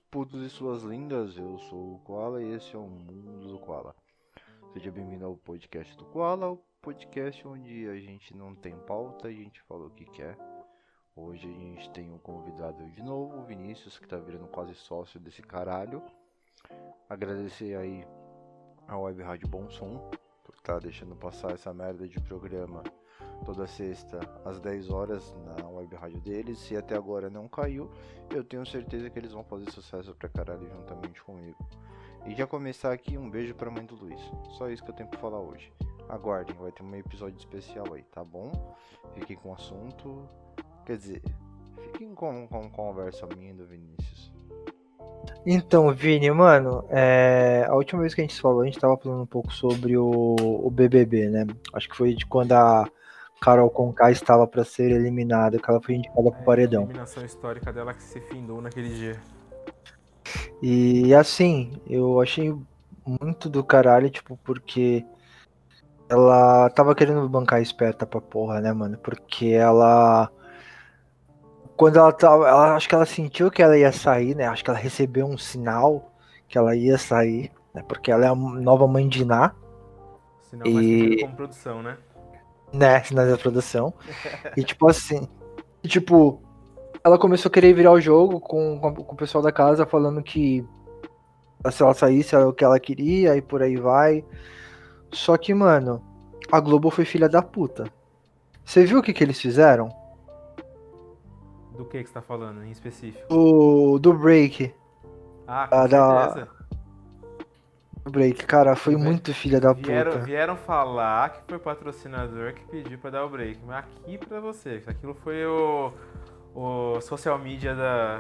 putos e suas lindas, eu sou o Koala e esse é o Mundo do Koala. Seja bem-vindo ao podcast do Koala, o podcast onde a gente não tem pauta, a gente fala o que quer. Hoje a gente tem um convidado de novo, o Vinícius, que tá virando quase sócio desse caralho. Agradecer aí a Web Rádio Bom Som, por estar deixando passar essa merda de programa toda sexta às 10 horas na web rádio deles. Se até agora não caiu, eu tenho certeza que eles vão fazer sucesso pra caralho juntamente comigo. E já começar aqui, um beijo pra mãe do Luiz. Só isso que eu tenho pra falar hoje. Aguardem, vai ter um episódio especial aí, tá bom? Fiquem com o assunto. Quer dizer, fiquem com conversa minha e do Vinícius. Então, Vini, mano, a última vez que a gente falou, a gente tava falando um pouco sobre o BBB, né? Acho que foi de quando a Carol Conká estava para ser eliminada, que ela foi indicada pro A paredão. eliminação histórica dela que se findou naquele dia. E assim, eu achei muito do caralho, tipo, porque ela tava querendo bancar esperta pra porra, né, mano? Porque ela. Quando ela tava. Acho que ela sentiu que ela ia sair, né? Acho que ela recebeu um sinal que ela ia sair, né? Porque ela é a nova mãe de Iná. Sinal mais conhecido como produção, né? Né, na produção. E tipo assim, tipo, ela começou a querer virar o jogo com o pessoal da casa falando que se ela saísse era o que ela queria e por aí vai. Só que, mano, a Globo foi filha da puta. Você viu o que eles fizeram? Do que você tá falando em específico? Do break. Ah, com certeza. Do break, cara, foi muito filha da puta. Vieram falar que foi o patrocinador que pediu pra dar o break. Mas aqui pra você, aquilo foi o social media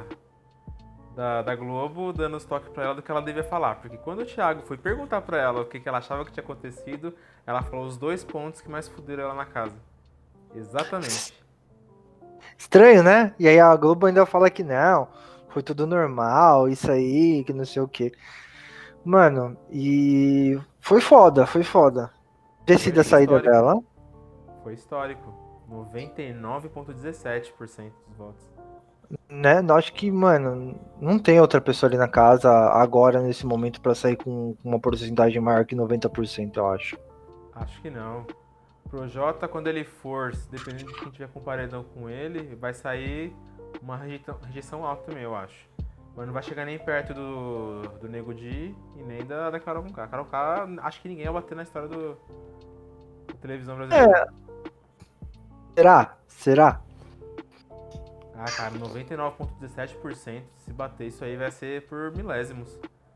da Globo dando os toques pra ela do que ela devia falar. Porque quando o Thiago foi perguntar pra ela o que ela achava que tinha acontecido, ela falou os 2 pontos que mais fuderam ela na casa. Exatamente. Estranho, né? E aí a Globo ainda fala que não, foi tudo normal, isso aí, que não sei o que. Mano, e foi foda, foi foda. Decida a saída dela. Foi histórico. 99,17% dos votos. Né? Acho que, mano, não tem outra pessoa ali na casa agora, nesse momento, pra sair com uma porcentagem maior que 90%, eu acho. Acho que não. Projota, quando ele for, dependendo de quem tiver com paredão com ele, vai sair uma rejeição alta também, eu acho. Mas não vai chegar nem perto do Nego Di e nem da Carol Conká. Carol Conká, acho que ninguém vai bater na história da televisão brasileira. Será? Ah, cara, 99,17%. Se bater isso aí vai ser por milésimos.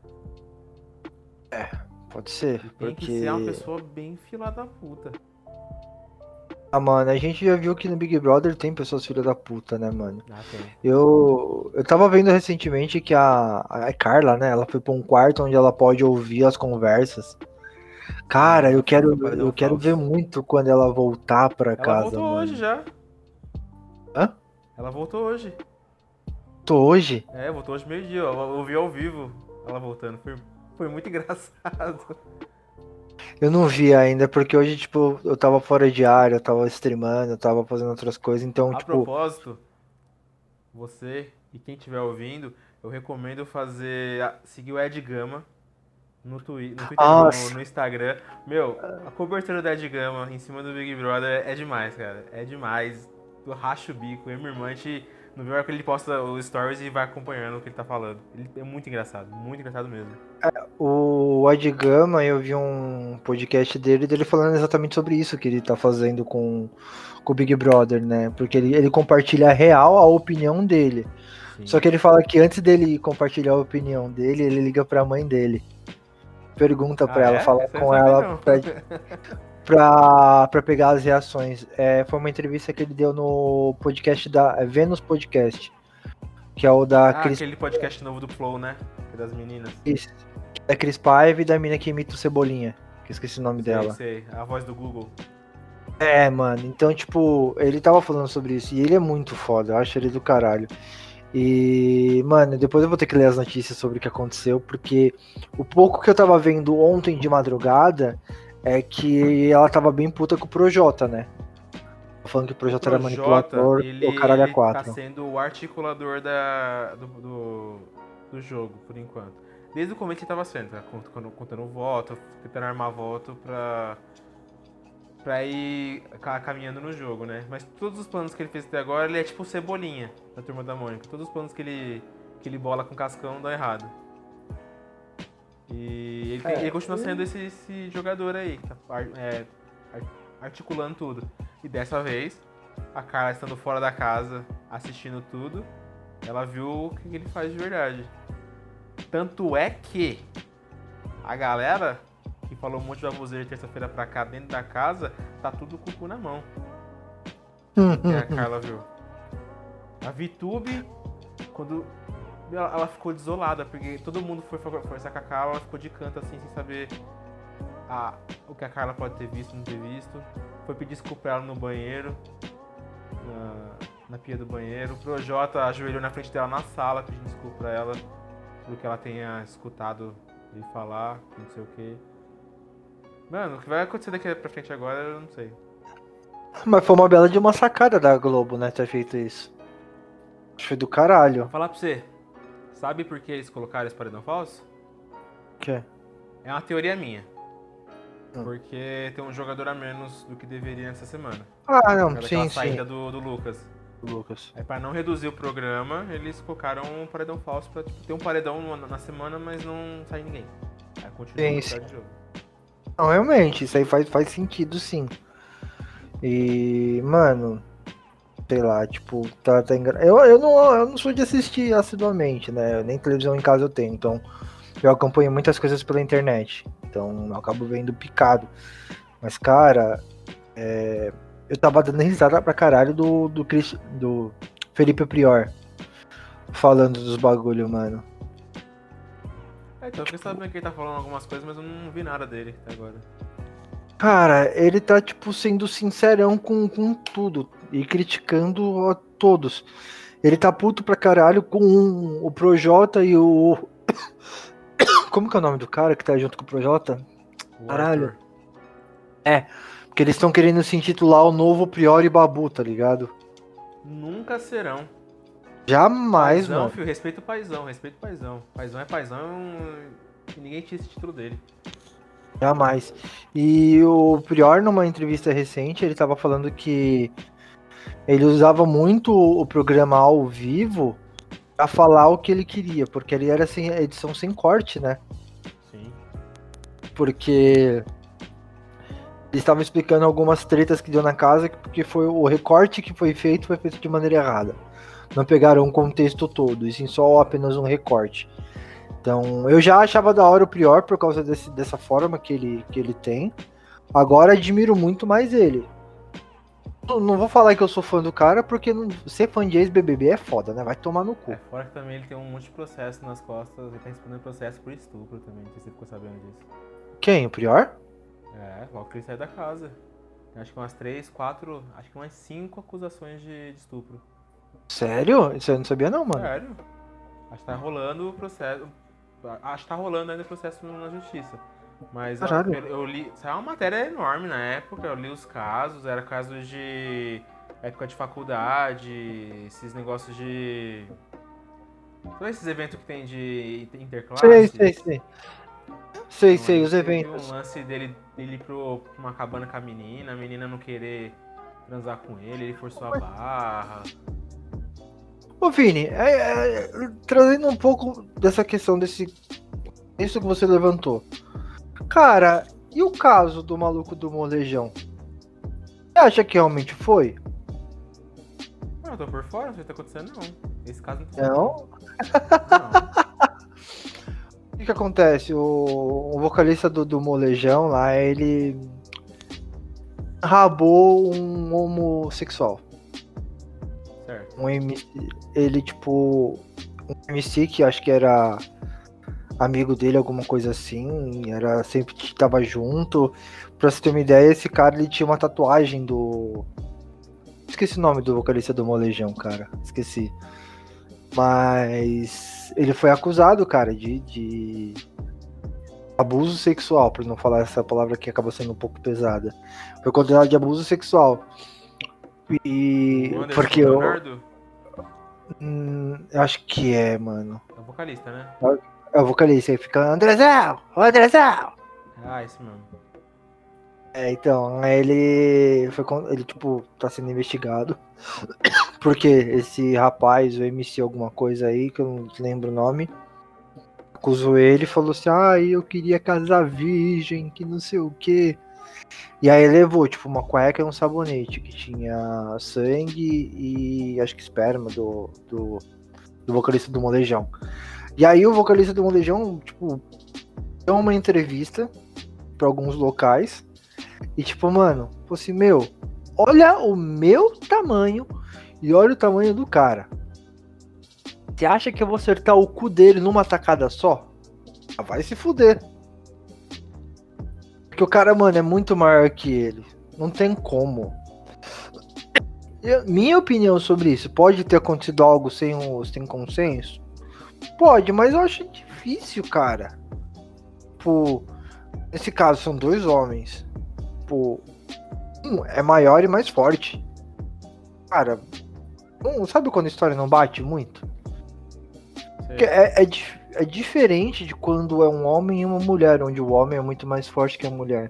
Pode ser. E tem que ser uma pessoa bem filha da puta. Ah, mano, a gente já viu que no Big Brother tem pessoas filha da puta, né, mano? Ah, tem. Eu tava vendo recentemente que a Carla, né, ela foi pra um quarto onde ela pode ouvir as conversas. Cara, eu quero ver muito quando ela voltar pra casa, mano. Ela voltou hoje já. Hã? Ela voltou hoje. Voltou hoje? É, voltou hoje meio-dia. Eu ouvi ao vivo ela voltando. Foi muito engraçado. Eu não vi ainda, porque hoje, tipo, eu tava fora de área, eu tava streamando, eu tava fazendo outras coisas, então, A tipo... propósito, você e quem estiver ouvindo, eu recomendo seguir o Ed Gama no Twitter, no Instagram. Meu, a cobertura do Ed Gama em cima do Big Brother é demais, cara. É demais. Eu racho o bico. Eu e minha irmã, a gente não viu a hora que ele posta os stories e vai acompanhando o que ele tá falando. Ele é muito engraçado mesmo. O Ed Gama, eu vi um podcast dele falando exatamente sobre isso que ele tá fazendo com o Big Brother, né? Porque ele compartilha real a opinião dele. Sim. Só que ele fala que antes dele compartilhar a opinião dele, ele liga pra mãe dele. Pergunta pra ela, fala com ela pra pegar as reações. Foi uma entrevista que ele deu no podcast da Vênus Podcast, que é o da Cris... aquele podcast novo do Flow, né? Das meninas. Isso. Da Cris Paiva e da mina que imita o Cebolinha, que eu esqueci o nome dela. Sei, a voz do Google. É, mano, então, tipo, ele tava falando sobre isso, e ele é muito foda, eu acho ele do caralho. E, mano, depois eu vou ter que ler as notícias sobre o que aconteceu, porque o pouco que eu tava vendo ontem de madrugada é que ela tava bem puta com o Projota, né? Falando que o Projota era manipulador, o caralho a 4. Tá sendo o articulador do jogo, por enquanto. Desde o começo ele tava sendo, tá? Contando voto, tentando armar voto pra ir caminhando no jogo, né? Mas todos os planos que ele fez até agora, ele é tipo o Cebolinha da Turma da Mônica. Todos os planos que ele bola com o Cascão dão errado. E ele continua sendo esse jogador aí, que tá articulando tudo. E dessa vez, a Carla estando fora da casa, assistindo tudo, ela viu o que ele faz de verdade. Tanto é que a galera que falou um monte de baboseira terça-feira pra cá dentro da casa, tá tudo com o cu na mão. Que a Carla viu. A VTube, quando ela ficou desolada, porque todo mundo foi conversar com a Carla, ela ficou de canto assim, sem saber o que a Carla pode ter visto, não ter visto. Foi pedir desculpa pra ela no banheiro, na pia do banheiro. O Projota ajoelhou na frente dela na sala, pedindo desculpa pra ela pelo que ela tenha escutado ele falar, não sei o que. Mano, o que vai acontecer daqui pra frente agora, eu não sei. Mas foi uma bela de uma sacada da Globo, né, ter feito isso. Acho que foi do caralho. Vou falar pra você, sabe por que eles colocaram esse paredão falso? O quê? É uma teoria minha. Porque tem um jogador a menos do que deveria nessa semana. Ah, não, Daquela sim. saída do Lucas. Lucas. Aí pra não reduzir o programa, eles colocaram um paredão falso pra ter um paredão na semana, mas não sair ninguém. Aí continua a Sim. de jogo. Não, realmente, isso aí faz sentido, sim. E, mano, sei lá, tipo, tá eu não sou de assistir assiduamente, né? Nem televisão em casa eu tenho, então eu acompanho muitas coisas pela internet. Então eu acabo vendo picado. Mas, cara, eu tava dando risada pra caralho do Felipe Prior falando dos bagulho, mano. Então eu fiquei sabendo que ele tá falando algumas coisas, mas eu não vi nada dele até agora. Cara, ele tá, tipo, sendo sincerão com tudo e criticando a todos. Ele tá puto pra caralho com o Projota e o... Como que é o nome do cara que tá junto com o Projota? O Caralho. Arthur. Porque eles estão querendo se intitular o novo Prior e Babu, tá ligado? Nunca serão. Jamais, Paizão, mano. filho, respeita o paizão, respeita o paizão. Paizão é paizão e ninguém tinha esse título dele. Jamais. E o Prior, numa entrevista recente, ele tava falando que ele usava muito o programa ao vivo pra falar o que ele queria, porque ele era assim, edição sem corte, né? Sim. Porque eles estavam explicando algumas tretas que deu na casa, porque foi o recorte que foi feito de maneira errada. Não pegaram o contexto todo, e sim só apenas um recorte. Então, eu já achava da hora o Prior por causa dessa forma que ele tem. Agora admiro muito mais ele. Não vou falar que eu sou fã do cara, porque ser fã de ex-BBB é foda, né? Vai tomar no cu. Fora que também ele tem um monte de processo nas costas, ele tá respondendo processo por estupro também, não sei se você ficou sabendo disso. Quem? O Prior? Logo que ele sai da casa. Tem acho que umas 3, 4, acho que umas 5 acusações de estupro. Sério? Isso eu não sabia não, mano. Sério? Acho que tá rolando o processo. Acho que tá rolando ainda o processo na justiça. Mas eu li. Saiu uma matéria enorme na época, eu li os casos, era casos de época de faculdade, esses negócios de. Todos esses eventos que tem de interclasse. Sei, os eventos. Um lance dele ir pra uma cabana com a menina não querer transar com ele forçou a barra. Ô Vini, trazendo um pouco dessa questão isso que você levantou. Cara, e o caso do maluco do Molejão? Você acha que realmente foi? Não, eu tô por fora, não sei o que tá acontecendo não. Esse caso não tá Não? Não. O que acontece? O vocalista do Molejão lá, ele rabou um homossexual. Certo. Um MC, ele tipo, um MC que acho que era amigo dele, alguma coisa assim, sempre tava junto. Pra você ter uma ideia, esse cara ele tinha uma tatuagem do... Esqueci o nome do vocalista do Molejão, cara. Esqueci. Mas ele foi acusado, cara, de abuso sexual, por não falar essa palavra que acaba sendo um pouco pesada. Foi condenado de abuso sexual. E porque eu acho que mano. Eu o vocalista, né? É o vocalista, aí fica Andrezão, Andrezão. Ah, isso mesmo. Então, aí ele, tipo, tá sendo investigado, porque esse rapaz, o MC alguma coisa aí, que eu não lembro o nome, acusou ele e falou assim, eu queria casar virgem, que não sei o que. E aí levou, tipo, uma cueca e um sabonete, que tinha sangue e acho que esperma do vocalista do Molejão. E aí o vocalista do Molejão, tipo, deu uma entrevista pra alguns locais, e tipo, mano, falou assim, meu, olha o meu tamanho e olha o tamanho do cara. Você acha que eu vou acertar o cu dele numa tacada só? Vai se fuder. Porque o cara, mano, é muito maior que ele. Não tem como. Minha opinião sobre isso, pode ter acontecido algo sem consenso? Pode, mas eu acho difícil, cara. Pô, nesse caso, são 2 homens. Pô, um é maior e mais forte. Cara, sabe quando a história não bate muito? Porque é diferente de quando é um homem e uma mulher, onde o homem é muito mais forte que a mulher.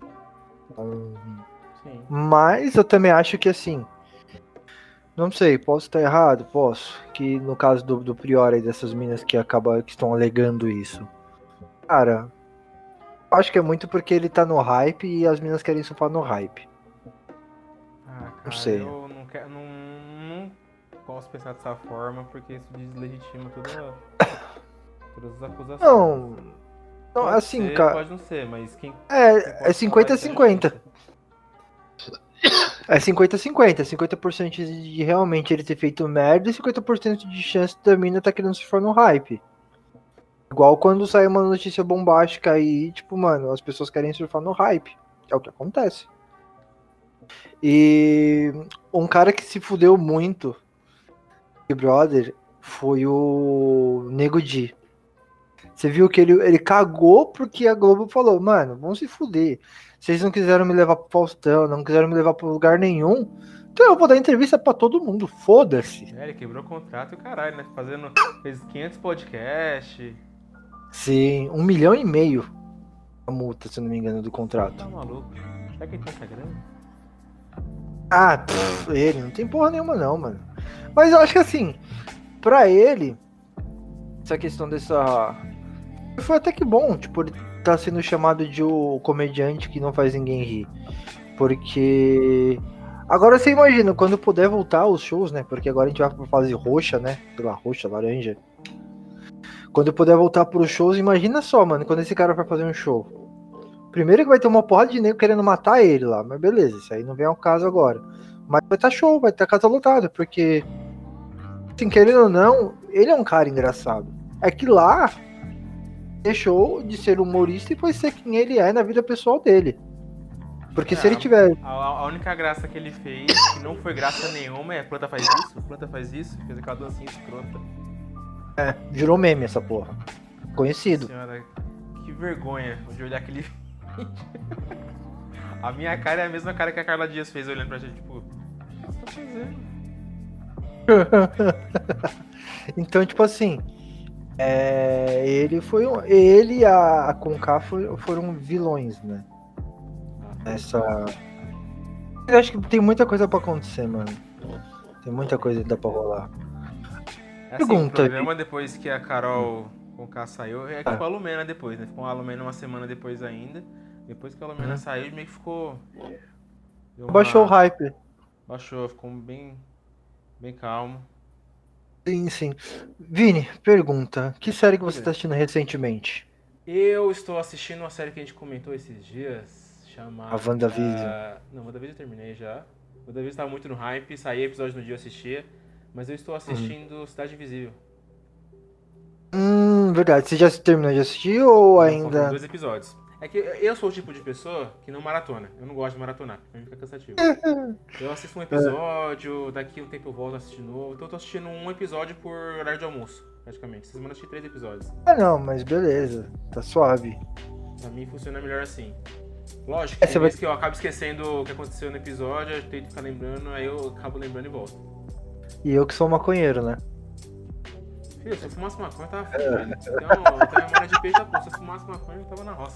Sim. Mas eu também acho que assim, não sei, posso estar errado? Posso. Que no caso do Prior aí, dessas minas que estão alegando isso. Cara, acho que é muito porque ele tá no hype e as minas querem surfar no hype. Cara, não sei. Eu não posso pensar dessa forma, porque isso deslegitima todas as acusações. Não Pode assim, ser, cara. pode não ser, mas quem. É 50-50. É 50-50. 50% de realmente ele ter feito merda e 50% de chance da mina tá querendo surfar no hype. Igual quando sai uma notícia bombástica aí, tipo, mano, as pessoas querem surfar no hype. É o que acontece. E um cara que se fudeu muito, Big Brother, foi o Nego Di. Você viu que ele cagou porque a Globo falou, mano, vamos se fuder. Vocês não quiseram me levar pro Faustão, não quiseram me levar pra lugar nenhum, então eu vou dar entrevista pra todo mundo, foda-se. Ele quebrou o contrato e o caralho, né? Fez 500 podcasts. Sim, 1,5 milhão a multa, se não me engano, do contrato. Tá maluco. Será que ele tem essa grana? Ele não tem porra nenhuma não, mano. Mas eu acho que assim, pra ele, essa questão dessa... Foi até que bom, tipo, ele tá sendo chamado de o comediante que não faz ninguém rir. Porque... Agora você imagina, quando puder voltar aos shows, né? Porque agora a gente vai pra fase roxa, né? Pela roxa, laranja. Quando puder voltar pros shows, imagina só, mano, quando esse cara vai fazer um show. Primeiro que vai ter uma porrada de nego querendo matar ele lá, mas beleza, isso aí não vem ao caso agora. Mas vai estar show, vai estar casa lotada, porque, assim, querendo ou não, ele é um cara engraçado. É que lá, deixou de ser humorista e foi ser quem ele é na vida pessoal dele. Porque se ele tiver... A única graça que ele fez, que não foi graça nenhuma, é planta faz isso, fez aquela dancinha escrota. Virou meme essa porra. Conhecido. Senhora, que vergonha de olhar aquele vídeo. A minha cara é a mesma cara que a Carla Dias fez olhando pra gente, tipo, o que você tá fazendo? Então, tipo assim, ele e a Conká foram vilões, né? Eu acho que tem muita coisa pra acontecer, mano. Tem muita coisa que dá pra rolar. Assim, o programa depois que a Carol Conká saiu, é que ficou a Lumena depois, né? Ficou a Lumena uma semana depois ainda. Depois que a Lumena saiu, meio que ficou... Baixou o hype. Baixou, ficou bem calmo. Sim. Vini, pergunta. Que série que você tá assistindo recentemente? Eu estou assistindo uma série que a gente comentou esses dias, chamada... A WandaVision. Não, WandaVision eu terminei já. WandaVision estava muito no hype, saía episódio no dia eu assistia. Mas eu estou assistindo Cidade Invisível. Verdade. Você já terminou de assistir ou ainda... Faltam 2 episódios. É que eu sou o tipo de pessoa que não maratona. Eu não gosto de maratonar, pra mim fica cansativo. Eu assisto um episódio, daqui a um tempo eu volto a assistir de novo. Então eu tô assistindo um episódio por horário de almoço, praticamente. Essa semana eu assisti 3 episódios. Não, mas beleza. Tá suave. Pra mim funciona melhor assim. Lógico, tem vezes que eu acabo esquecendo o que aconteceu no episódio, eu tento ficar lembrando, aí eu acabo lembrando e volto. E eu que sou maconheiro, né? Filho, se eu fumasse maconha, eu tava fudido. Tem memória de peixe da porra. Se eu fumasse maconha, eu tava na roça.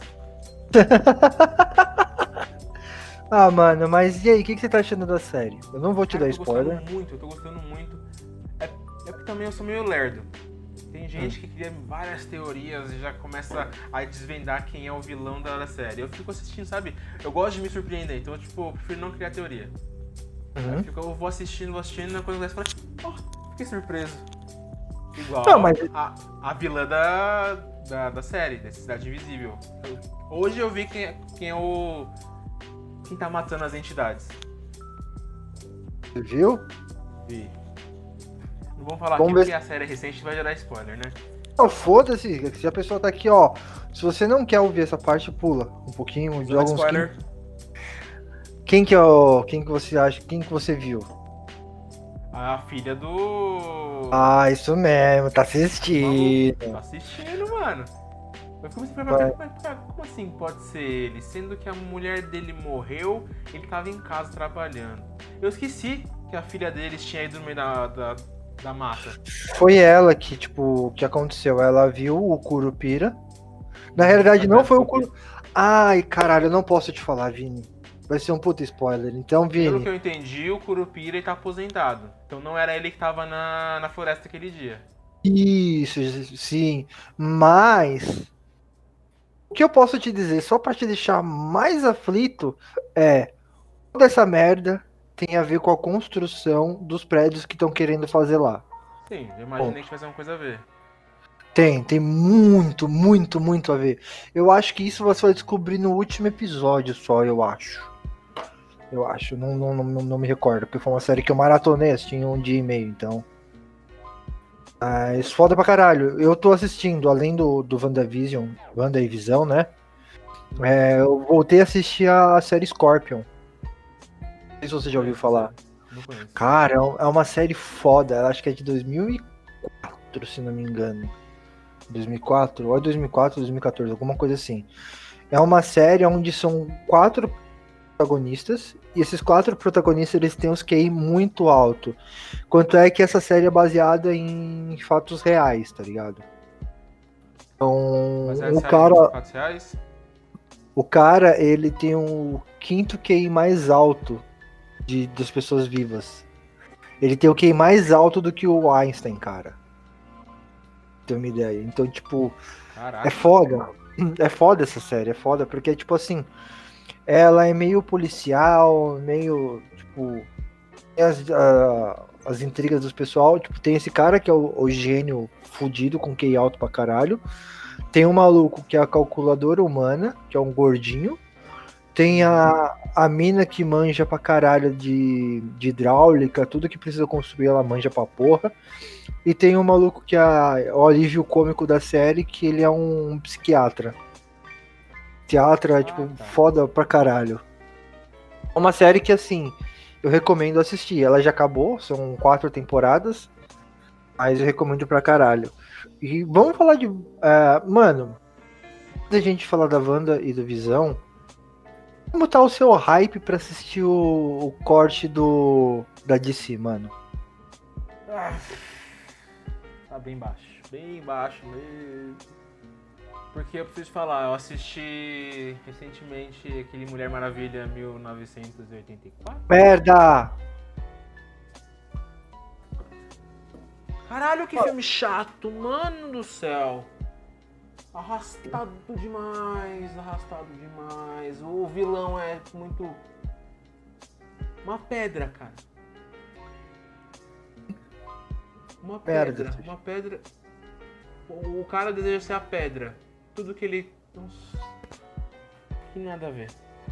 Ah, mano, mas e aí, o que você tá achando da série? Eu não vou te dar Eu spoiler. tô gostando muito. É porque também eu sou meio lerdo. Tem gente que cria várias teorias e já começa a desvendar quem é o vilão da série. Eu fico assistindo, sabe? Eu gosto de me surpreender, então eu prefiro não criar teoria. Eu vou assistindo, e quando eu falo, fiquei surpreso. Igual Não, mas... a vilã da série, da Cidade Invisível. Hoje eu vi quem tá matando as entidades. Você viu? Vi. Não vamos falar Vamos aqui ver porque a série é recente vai gerar spoiler, né? Não, foda-se, se a pessoa tá aqui, ó. Se você não quer ouvir essa parte, pula um pouquinho, de alguns spoiler. Quem que você acha? Quem que você viu? A filha do... Ah, isso mesmo, tá assistindo. Tá assistindo, mano. Eu comecei a perguntar, como assim pode ser ele? Sendo que a mulher dele morreu, ele tava em casa trabalhando. Eu esqueci que a filha deles tinha ido no meio da mata. Foi ela que, tipo, o que aconteceu? Ela viu o Curupira. Na realidade, não foi o Curupira. Ai, caralho, eu não posso te falar, Vini. Vai ser um puta spoiler. Então, Vini... Pelo que eu entendi, o Curupira tá aposentado. Então não era ele que tava na floresta aquele dia. Isso, sim. Mas... o que eu posso te dizer, só pra te deixar mais aflito, é... toda essa merda tem a ver com a construção dos prédios que estão querendo fazer lá. Sim, eu imaginei que tivesse alguma coisa a ver. Tem muito, muito, muito a ver. Eu acho que isso você vai descobrir no último episódio só, eu acho. Não me recordo, porque foi uma série que eu maratonei, assisti em um dia e meio, então. Mas foda pra caralho. Eu tô assistindo, além do WandaVision, né? Eu voltei a assistir a série Scorpion. Não sei se você já ouviu falar. Não conheço. Cara, é uma série foda. Ela acho que é de 2004, se não me engano. 2004? Ou 2004, 2014, alguma coisa assim. É uma série onde são 4 protagonistas. E esses 4 protagonistas, eles têm os QI muito alto. Quanto é que essa série é baseada em fatos reais, tá ligado? Então, o cara, ele tem o 5º QI mais alto das pessoas vivas. Ele tem o QI mais alto do que o Einstein, cara. Tem uma ideia. Então, tipo, caraca. É foda. É foda essa série, é foda, porque, tipo assim, ela é meio policial, meio, tipo, as intrigas do pessoal, tipo, tem esse cara que é o gênio fudido com QI alto pra caralho, tem um maluco que é a calculadora humana, que é um gordinho, tem a mina que manja pra caralho de hidráulica, tudo que precisa construir ela manja pra porra, e tem um maluco que é o alívio cômico da série, que ele é um psiquiatra. Psiquiatra, tipo, foda pra caralho. É uma série que, assim, eu recomendo assistir. Ela já acabou, são 4 temporadas, mas eu recomendo pra caralho. E vamos falar de... mano, antes da gente falar da Wanda e do Visão, como tá o seu hype pra assistir o corte da DC, mano? Tá bem baixo mesmo. Porque eu preciso falar, eu assisti recentemente aquele Mulher Maravilha 1984. Merda! Caralho, que filme chato, mano do céu. Arrastado demais. O vilão é muito... uma pedra, cara. Uma pedra. O cara deseja ser a pedra. Tudo que ele... Nossa. Que nada a ver.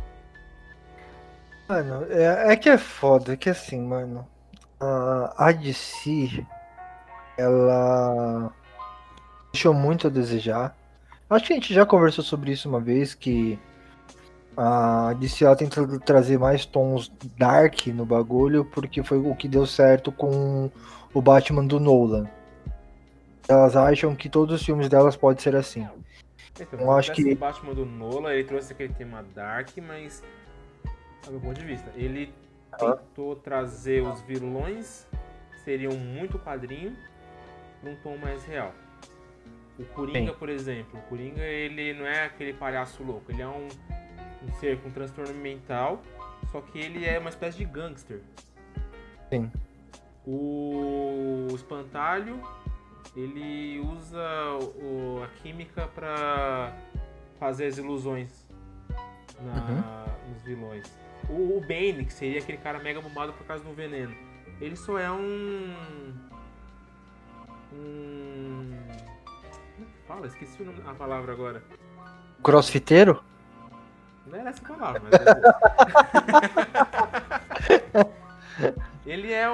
Mano, é que é foda, é que assim, mano. A DC, ela deixou muito a desejar. Acho que a gente já conversou sobre isso uma vez, que a DC ela tenta trazer mais tons dark no bagulho, porque foi o que deu certo com o Batman do Nolan. Elas acham que todos os filmes delas podem ser assim. Então, eu acho que o Batman do Nolan, ele trouxe aquele tema dark, mas, do meu ponto de vista, ele tentou trazer os vilões, que seriam muito quadrinho, pra um tom mais real. O Coringa, por exemplo, o Coringa ele não é aquele palhaço louco, ele é um ser com transtorno mental, só que ele é uma espécie de gangster. Sim. O Espantalho, ele usa a química pra fazer as ilusões nos vilões. O Bane, que seria aquele cara mega bombado por causa do veneno, ele só é como que fala? Esqueci a palavra agora. Crossfiteiro? Não era essa palavra, mas... Ele é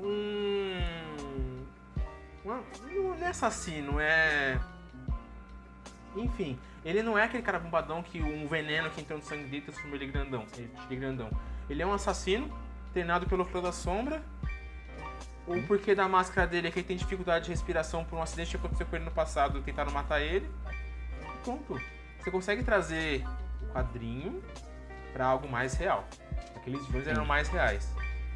não é assassino, é... Enfim, ele não é aquele cara bombadão que um veneno que entrou no sangue dele transformou ele grandão. Ele é um assassino, treinado pelo Flor da Sombra. Ou porque da máscara dele é que ele tem dificuldade de respiração por um acidente que aconteceu com ele no passado e tentaram matar ele. E pronto. Você consegue trazer o quadrinho pra algo mais real. Aqueles vilões eram mais reais.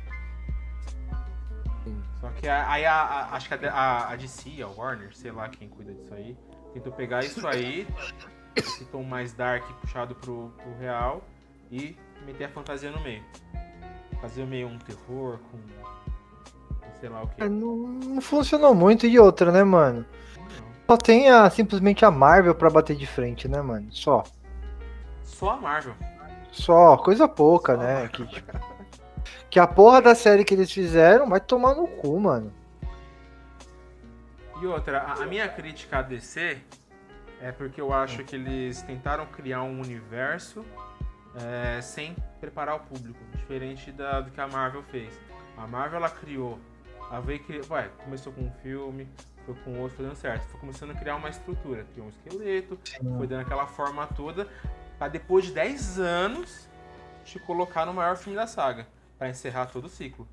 Só que aí acho que a DC, a Warner, sei lá quem cuida disso aí, tentou pegar isso aí, esse tom mais dark puxado pro real e meter a fantasia no meio. Fazer meio um terror com sei lá o que. Não funcionou muito. E outra, né, mano? Só tem simplesmente a Marvel pra bater de frente, né, mano? Só a Marvel. Só, coisa pouca, né? Que a porra da série que eles fizeram vai tomar no cu, mano. E outra, a minha crítica à DC é porque eu acho que eles tentaram criar um universo sem preparar o público, diferente do que a Marvel fez. A Marvel, ela criou, começou com um filme, foi com outro, foi dando certo, foi começando a criar uma estrutura, criou um esqueleto, foi dando aquela forma toda, pra depois de 10 anos te colocar no maior filme da saga, pra encerrar todo o ciclo.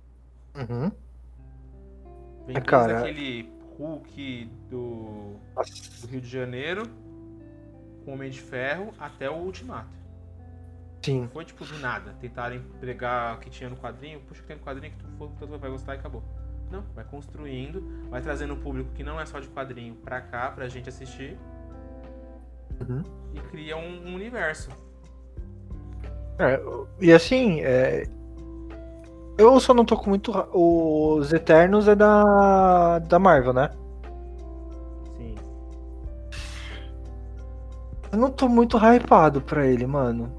Vem desde aquele Hulk do Rio de Janeiro, com o Homem de Ferro, até o Ultimato. Sim. Foi tipo do nada, tentaram empregar o que tinha no quadrinho, puxa o que tem no quadrinho que tu vai gostar e acabou. Não, vai construindo, vai trazendo um público que não é só de quadrinho pra cá, pra gente assistir, e cria um universo. E assim, eu só não tô com muito... Os Eternos é da Marvel, né? Sim. Eu não tô muito hypado pra ele, mano.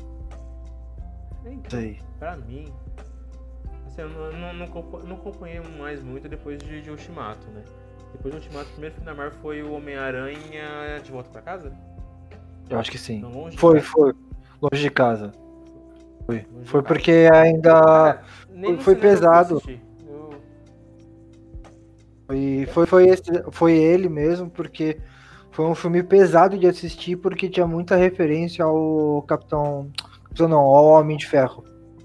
Sei. Pra mim, assim, eu não acompanhei mais muito depois de Ultimato, né? Depois de Ultimato, o primeiro filme da Marvel foi o Homem-Aranha de Volta pra Casa? Eu acho que sim. Não, longe foi. Longe de casa. Foi porque ainda foi pesado. Foi ele mesmo, porque foi um filme pesado de assistir, porque tinha muita referência ao ao Homem de Ferro.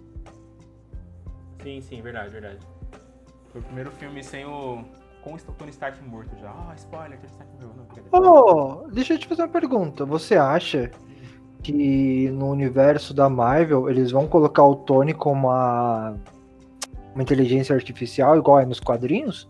Sim, verdade. Foi o primeiro filme com o Tony Stark morto já. Spoiler, Tony Stark morreu. Deixa eu te fazer uma pergunta. Você acha que no universo da Marvel eles vão colocar o Tony como uma inteligência artificial igual é nos quadrinhos?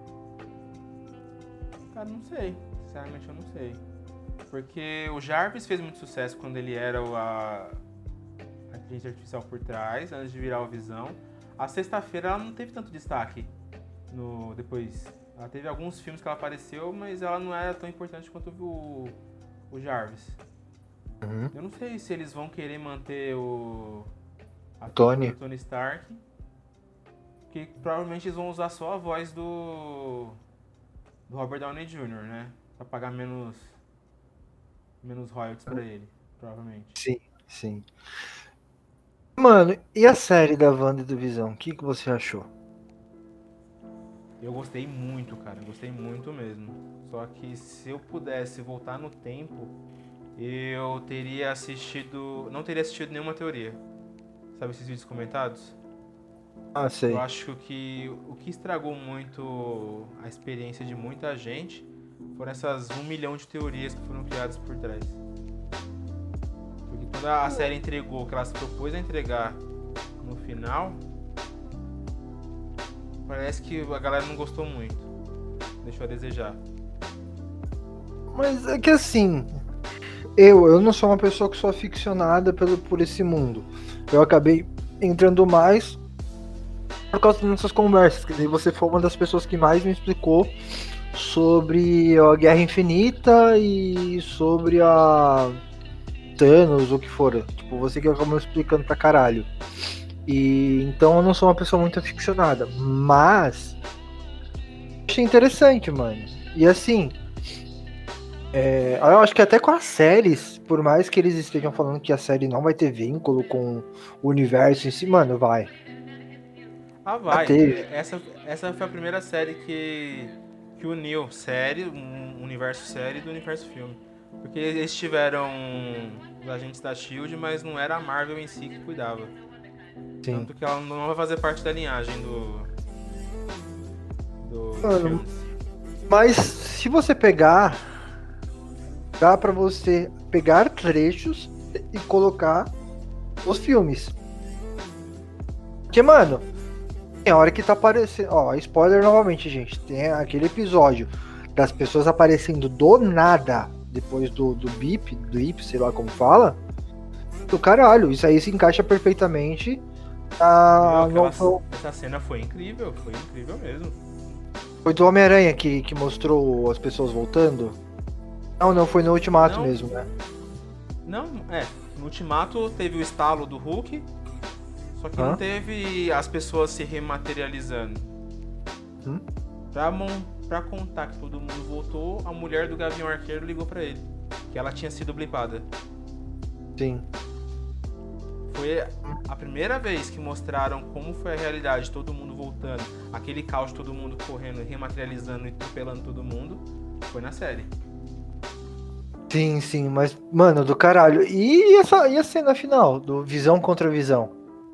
Cara, não sei. Sinceramente eu não sei. Porque o Jarvis fez muito sucesso quando ele era a inteligência artificial por trás, antes de virar o Visão. A Sexta-feira ela não teve tanto destaque depois. Ela teve alguns filmes que ela apareceu, mas ela não era tão importante quanto o Jarvis. Eu não sei se eles vão querer manter o Tony Stark, que provavelmente eles vão usar só a voz do Robert Downey Jr., né? Pra pagar menos royalties pra ele, provavelmente. Sim. Mano, e a série da Wanda e do Visão? O que você achou? Eu gostei muito, cara. Gostei muito mesmo. Só que se eu pudesse voltar no tempo, eu teria assistido... Não teria assistido nenhuma teoria. Sabe esses vídeos comentados? Sei. Eu acho que o que estragou muito a experiência de muita gente foram essas 1 milhão de teorias que foram criadas por trás. Porque quando a série entregou o que ela se propôs a entregar no final, parece que a galera não gostou muito. deixou a desejar. Mas é que assim, eu não sou uma pessoa que sou aficionada por esse mundo. Eu acabei entrando mais por causa das nossas conversas, que daí você foi uma das pessoas que mais me explicou sobre a Guerra Infinita e sobre a Thanos, o que for. Tipo, você que acabou me explicando pra caralho. E então eu não sou uma pessoa muito aficionada, mas achei interessante, mano. E assim, eu acho que até com as séries, por mais que eles estejam falando que a série não vai ter vínculo com o universo em si, mano, vai. Ah, vai. Essa foi a primeira série que uniu série, um universo série do universo filme. Porque eles tiveram os agentes da SHIELD, mas não era a Marvel em si que cuidava. Sim. Tanto que ela não vai fazer parte da linhagem dos Mano, filmes. mas se você pegar, dá pra você pegar trechos e colocar os filmes. Porque, mano, tem hora que tá aparecendo. Ó, spoiler novamente, gente. Tem aquele episódio das pessoas aparecendo do nada depois do bip, sei lá como fala. Do caralho, isso aí se encaixa perfeitamente. Essa cena foi incrível mesmo. Foi do Homem-Aranha que mostrou as pessoas voltando? Não, foi no Ultimato mesmo, né? Não, no Ultimato teve o estalo do Hulk, só que não teve as pessoas se rematerializando. Pra contar que todo mundo voltou, a mulher do Gavião Arqueiro ligou pra ele, que ela tinha sido blipada. Sim. Foi a primeira vez que mostraram como foi a realidade, todo mundo voltando, aquele caos, todo mundo correndo, rematerializando e atropelando todo mundo, foi na série. Sim, mas, mano, do caralho. E a cena final, do Visão contra Visão?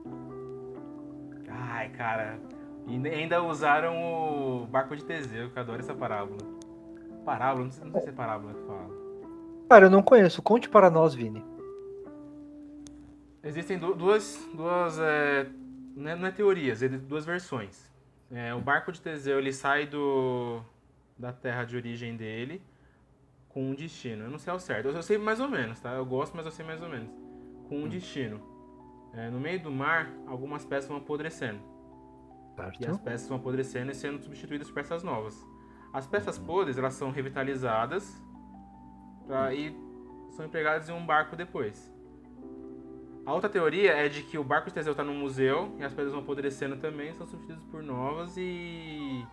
Ai, cara. E ainda usaram o barco de Teseu, que eu adoro essa parábola. Parábola? Não sei se é parábola que fala. Cara, eu não conheço. Conte para nós, Vini. Existem duas não é teorias, duas versões. O barco de Teseu, ele sai da terra de origem dele com um destino. Eu não sei ao certo, eu sei mais ou menos, tá? Eu gosto, mas eu sei mais ou menos. Com um destino. No meio do mar, algumas peças vão apodrecendo. Certo. E as peças vão apodrecendo e sendo substituídas por peças novas. As peças podres, elas são revitalizadas e são empregadas em um barco depois. A outra teoria é de que o barco de Teseu está no museu e as pedras vão apodrecendo também, são substituídas por novas e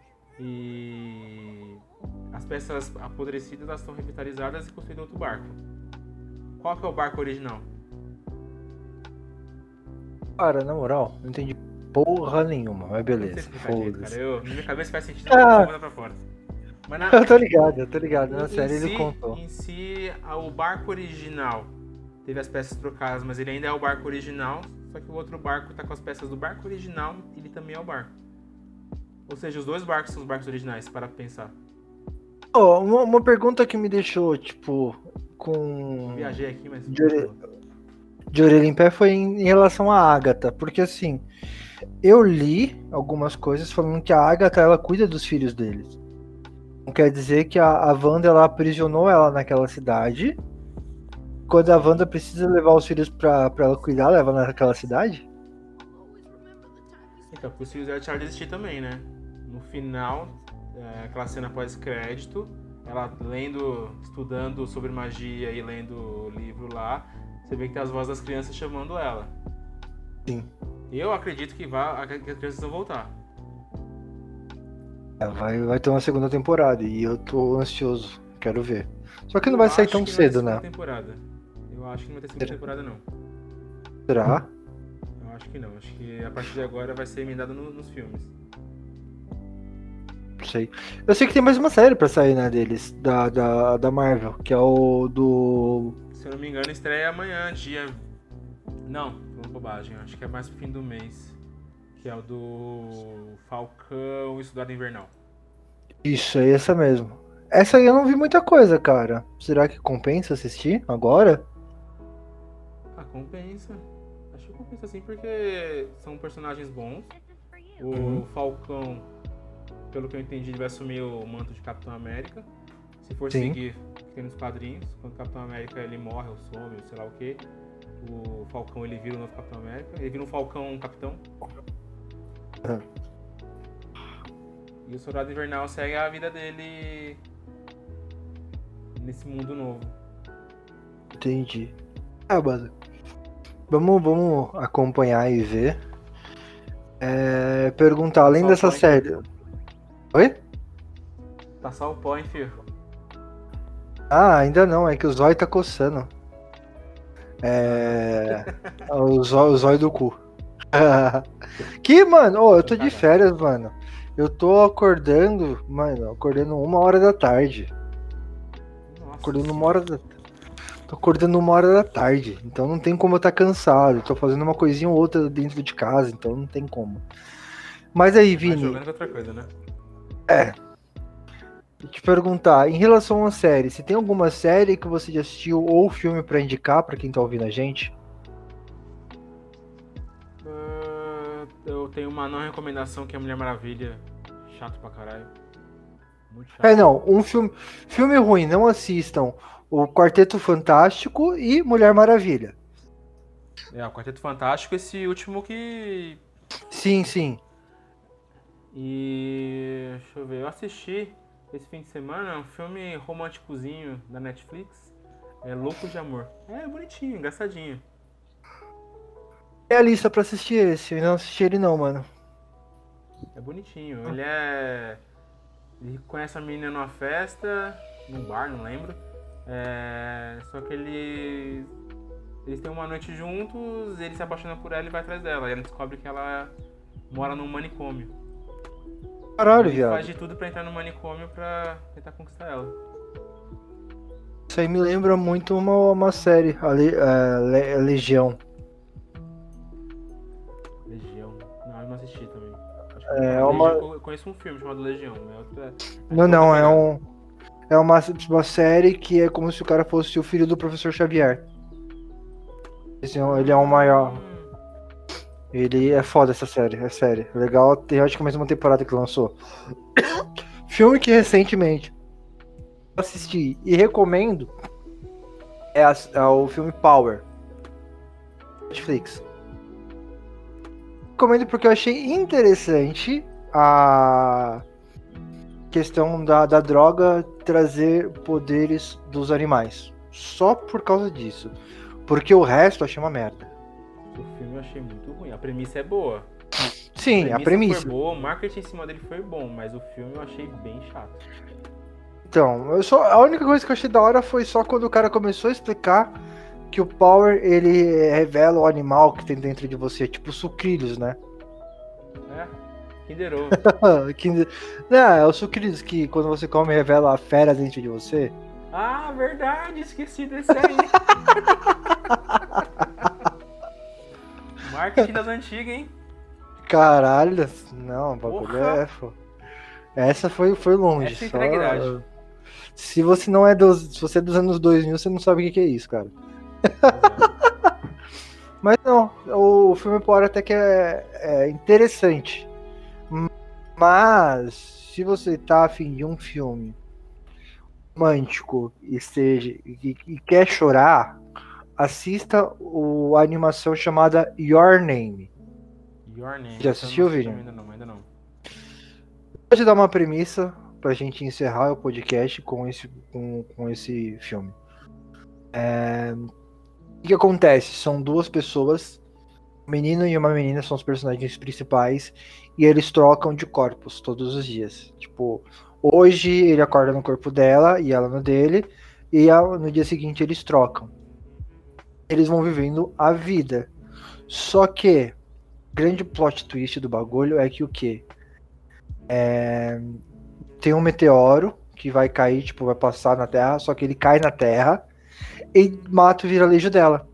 as peças apodrecidas elas são revitalizadas e construídas em outro barco. Qual que é o barco original? Cara, na moral, não entendi porra nenhuma, mas beleza. Foda-se. Na minha cabeça faz sentido, mas você manda pra fora. Mas eu tô ligado. Na série ele contou. Em si, o barco original teve as peças trocadas, mas ele ainda é o barco original, só que o outro barco tá com as peças do barco original e ele também é o barco. Ou seja, os dois barcos são os barcos originais, para pensar. Uma pergunta que me deixou, tipo, com... Viajei aqui, mas... De orelha em pé foi em relação à Agatha, porque assim, eu li algumas coisas falando que a Agatha, ela cuida dos filhos deles. Não quer dizer que a Wanda, ela aprisionou ela naquela cidade. Quando a Wanda precisa levar os filhos pra ela cuidar, leva naquela cidade? Então, porque os filhos dela deixaram de existir também, né? No final, aquela cena pós-crédito, ela estudando sobre magia e lendo o livro lá, você vê que tem as vozes das crianças chamando ela. Sim. Eu acredito que as crianças vão voltar. Vai ter uma segunda temporada e eu tô ansioso, quero ver. Só que não vai sair tão cedo, né? Eu acho que não vai ter segunda temporada, não. Será? Eu acho que não. Acho que a partir de agora vai ser emendado nos filmes. Sei. Eu sei que tem mais uma série pra sair, né, deles, da Marvel, que é o do... Se eu não me engano, estreia amanhã, dia... Não, foi uma bobagem. Acho que é mais pro fim do mês. Que é o do Falcão e Soldado Invernal. Isso, é essa mesmo. Essa aí eu não vi muita coisa, cara. Será que compensa assistir agora? Compensa. Acho que compensa sim, porque são personagens bons. O Falcão, pelo que eu entendi, ele vai assumir o manto de Capitão América. Se for Sim. seguir o que tem nos quadrinhos, quando o Capitão América ele morre ou some, ou sei lá o que, o Falcão ele vira o novo Capitão América. Ele vira um Falcão Capitão. E o Soldado Invernal segue a vida dele nesse mundo novo. Entendi. Mano. Vamos acompanhar e ver. Perguntar, além Só dessa o pó, hein? série. Oi? Tá só o pó, hein, filho? Ah, ainda não, é que o zóio tá coçando. O zóio do cu. Que, mano, eu tô de férias, mano. Eu tô acordando 1h da tarde. Nossa, Acordando 1h da Tô acordando 1h da tarde, então não tem como eu estar cansado. Tô fazendo uma coisinha ou outra dentro de casa, então não tem como. Mas aí, mais Vini, jogando que outra coisa, né? vou te perguntar, em relação à série, se tem alguma série que você já assistiu ou filme pra indicar pra quem tá ouvindo a gente? Eu tenho uma não recomendação que é Mulher Maravilha. Chato pra caralho. Muito chato. Não, um filme ruim, não assistam o Quarteto Fantástico e Mulher Maravilha. O Quarteto Fantástico, esse último que... Sim. E... deixa eu ver, eu assisti esse fim de semana um filme românticozinho da Netflix. Louco de Amor. É bonitinho, engraçadinho. É a lista pra assistir esse, eu não assisti ele não, mano. É bonitinho. Ele conhece a menina numa festa, num bar, não lembro. Só que eles têm uma noite juntos, ele se apaixona por ela e vai atrás dela. E ela descobre que ela mora num manicômio. Caralho, Ele viado. faz de tudo pra entrar no manicômio pra tentar conquistar ela. Isso aí me lembra muito uma série, a Legião. Legião. Não, eu não assisti também. Acho que eu conheço um filme chamado Legião. Não, é uma série que é como se o cara fosse o filho do Professor Xavier. Ele é o maior. Ele é foda essa série, é sério. Legal, tem acho que mais uma temporada que lançou. Filme que recentemente eu assisti e recomendo é o filme Power. Netflix. Recomendo porque eu achei interessante a questão da droga trazer poderes dos animais. Só por causa disso. Porque o resto eu achei uma merda. O filme eu achei muito ruim. A premissa é boa. Sim, a premissa foi boa, o marketing em cima dele foi bom, mas o filme eu achei bem chato. Então, a única coisa que eu achei da hora foi só quando o cara começou a explicar que o Power, ele revela o animal que tem dentro de você, tipo sucrilhos, né? Kinder Ovo. Não, é o sucrilhos que quando você come revela a fera dentro de você. Ah, verdade, esqueci desse aí. Marketing das antigas, hein? Caralho, não, o bagulho essa foi longe. Essa entrega idade. Se você se você é dos anos 2000, você não sabe o que é isso, cara. Mas não, o filme Power até que é interessante. Mas se você tá afim de um filme romântico e quer chorar, assista a animação chamada Your Name. Your Name. Já assistiu, Vini? Ainda não. Vou te dar uma premissa pra gente encerrar o podcast com esse filme. O que acontece? São duas pessoas, um menino e uma menina são os personagens principais, e eles trocam de corpos todos os dias. Tipo, hoje ele acorda no corpo dela e ela no dele, e no dia seguinte eles trocam. Eles vão vivendo a vida. Só que o grande plot twist do bagulho é que o quê? Tem um meteoro que vai cair, tipo, vai passar na Terra, só que ele cai na Terra e mata o vilarejo dela.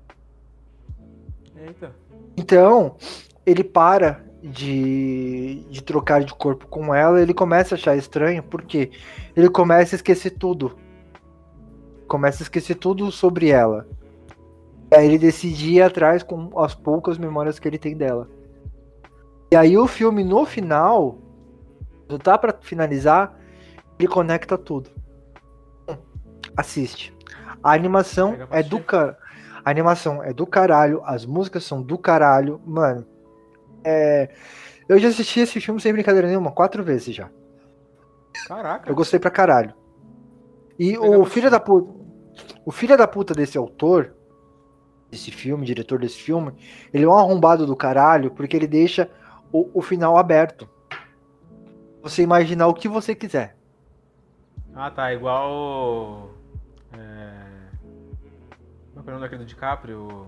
Eita. Então, ele para de trocar de corpo com ela, ele começa a achar estranho, porque ele começa a esquecer tudo. Começa a esquecer tudo sobre ela. Aí ele decide ir atrás com as poucas memórias que ele tem dela. E aí o filme, no final, Quando tá pra finalizar, ele conecta tudo. Assiste. A animação é do cara. A animação é do caralho, as músicas são do caralho, mano. Eu já assisti esse filme sem brincadeira nenhuma, 4 vezes já. Caraca. Eu gostei pra caralho. E o filho da puta desse autor, desse filme, diretor desse filme, ele é um arrombado do caralho, porque ele deixa o final aberto. Você imaginar o que você quiser. Ah, tá, igual... Qual é o nome daquele do DiCaprio?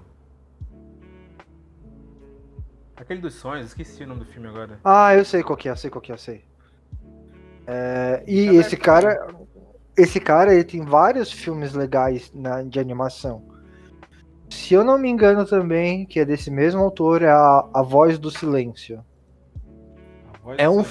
Aquele dos sonhos, esqueci o nome do filme agora. Ah, eu sei qual que é, eu sei. E esse cara, ele tem vários filmes legais de animação. Se eu não me engano também, que é desse mesmo autor, é A Voz do Silêncio. É um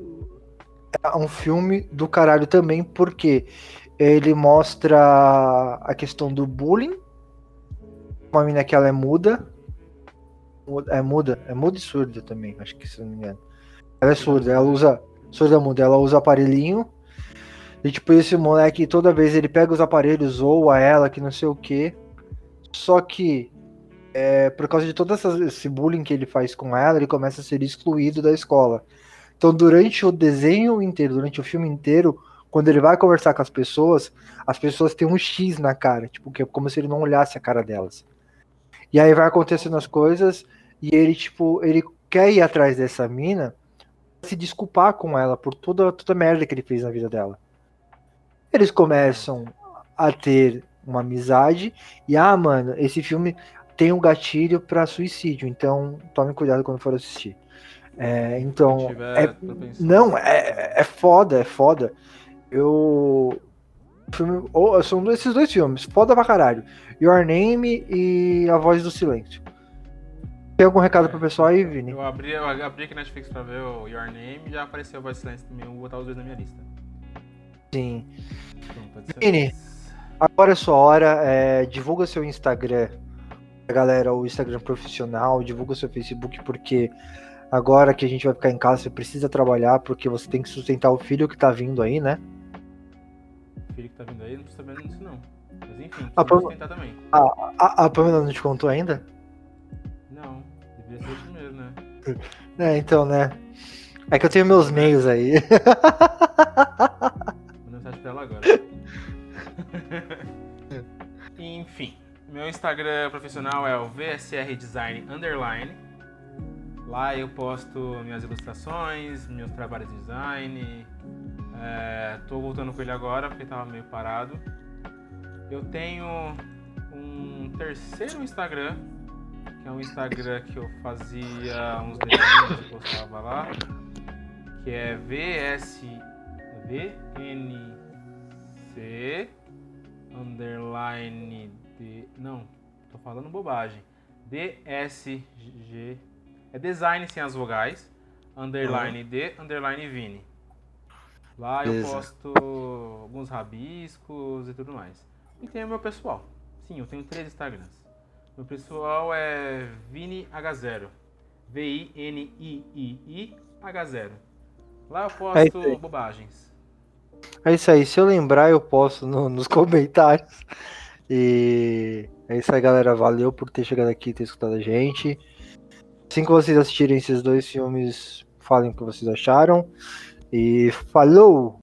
filme do caralho também, porque ele mostra a questão do bullying. Uma mina que ela é muda. É muda e surda também, acho que, se não me engano. Ela é surda, ela usa... Surda muda, ela usa aparelhinho. E tipo, esse moleque, toda vez ele pega os aparelhos, zoa ela, que não sei o que. Só que, por causa de todo esse bullying que ele faz com ela, ele começa a ser excluído da escola. Então, durante o desenho inteiro, durante o filme inteiro, quando ele vai conversar com as pessoas têm um X na cara, tipo, que é como se ele não olhasse a cara delas. E aí vai acontecendo as coisas, e ele, tipo, ele quer ir atrás dessa mina, se desculpar com ela por toda a merda que ele fez na vida dela. Eles começam a ter uma amizade, e mano, esse filme tem um gatilho pra suicídio, então tome cuidado quando for assistir. Então, é foda. São esses dois filmes, foda pra caralho. Your Name e A Voz do Silêncio. Tem algum recado pro pessoal aí, Vini? Eu abri aqui na Netflix pra ver o Your Name e já apareceu a Voz do Silêncio também. Eu vou botar os dois na minha lista. Sim. Vini, agora é sua hora. Divulga seu Instagram, galera, o Instagram profissional, divulga seu Facebook, porque agora que a gente vai ficar em casa, você precisa trabalhar, porque você tem que sustentar o filho que tá vindo aí, né? O filho que tá vindo aí, não tô sabendo disso não. Mas enfim, precisa sustentar também. A Pamela não te contou ainda? Não, deveria ser isso mesmo, né? Então, né? É que eu tenho meus meios aí. Vou mensagem pra ela agora. Enfim, meu Instagram profissional é o VSR Design _. Lá eu posto minhas ilustrações, meus trabalhos de design. Tô voltando com ele agora porque tava meio parado. Eu tenho um terceiro Instagram, que é um Instagram que eu fazia uns desenhos e postava lá, que é VNC _. Não, tô falando bobagem. DSG. É design sem as vogais. _D _Vini. Lá eu posto alguns rabiscos e tudo mais. E tem o meu pessoal. Sim, eu tenho 3 Instagrams. Meu pessoal é ViniH0. VINIIH0. Lá eu posto bobagens. É isso aí. Se eu lembrar, eu posto nos comentários. E é isso aí, galera. Valeu por ter chegado aqui e ter escutado a gente. Assim que vocês assistirem esses 2 filmes, falem o que vocês acharam. E falou!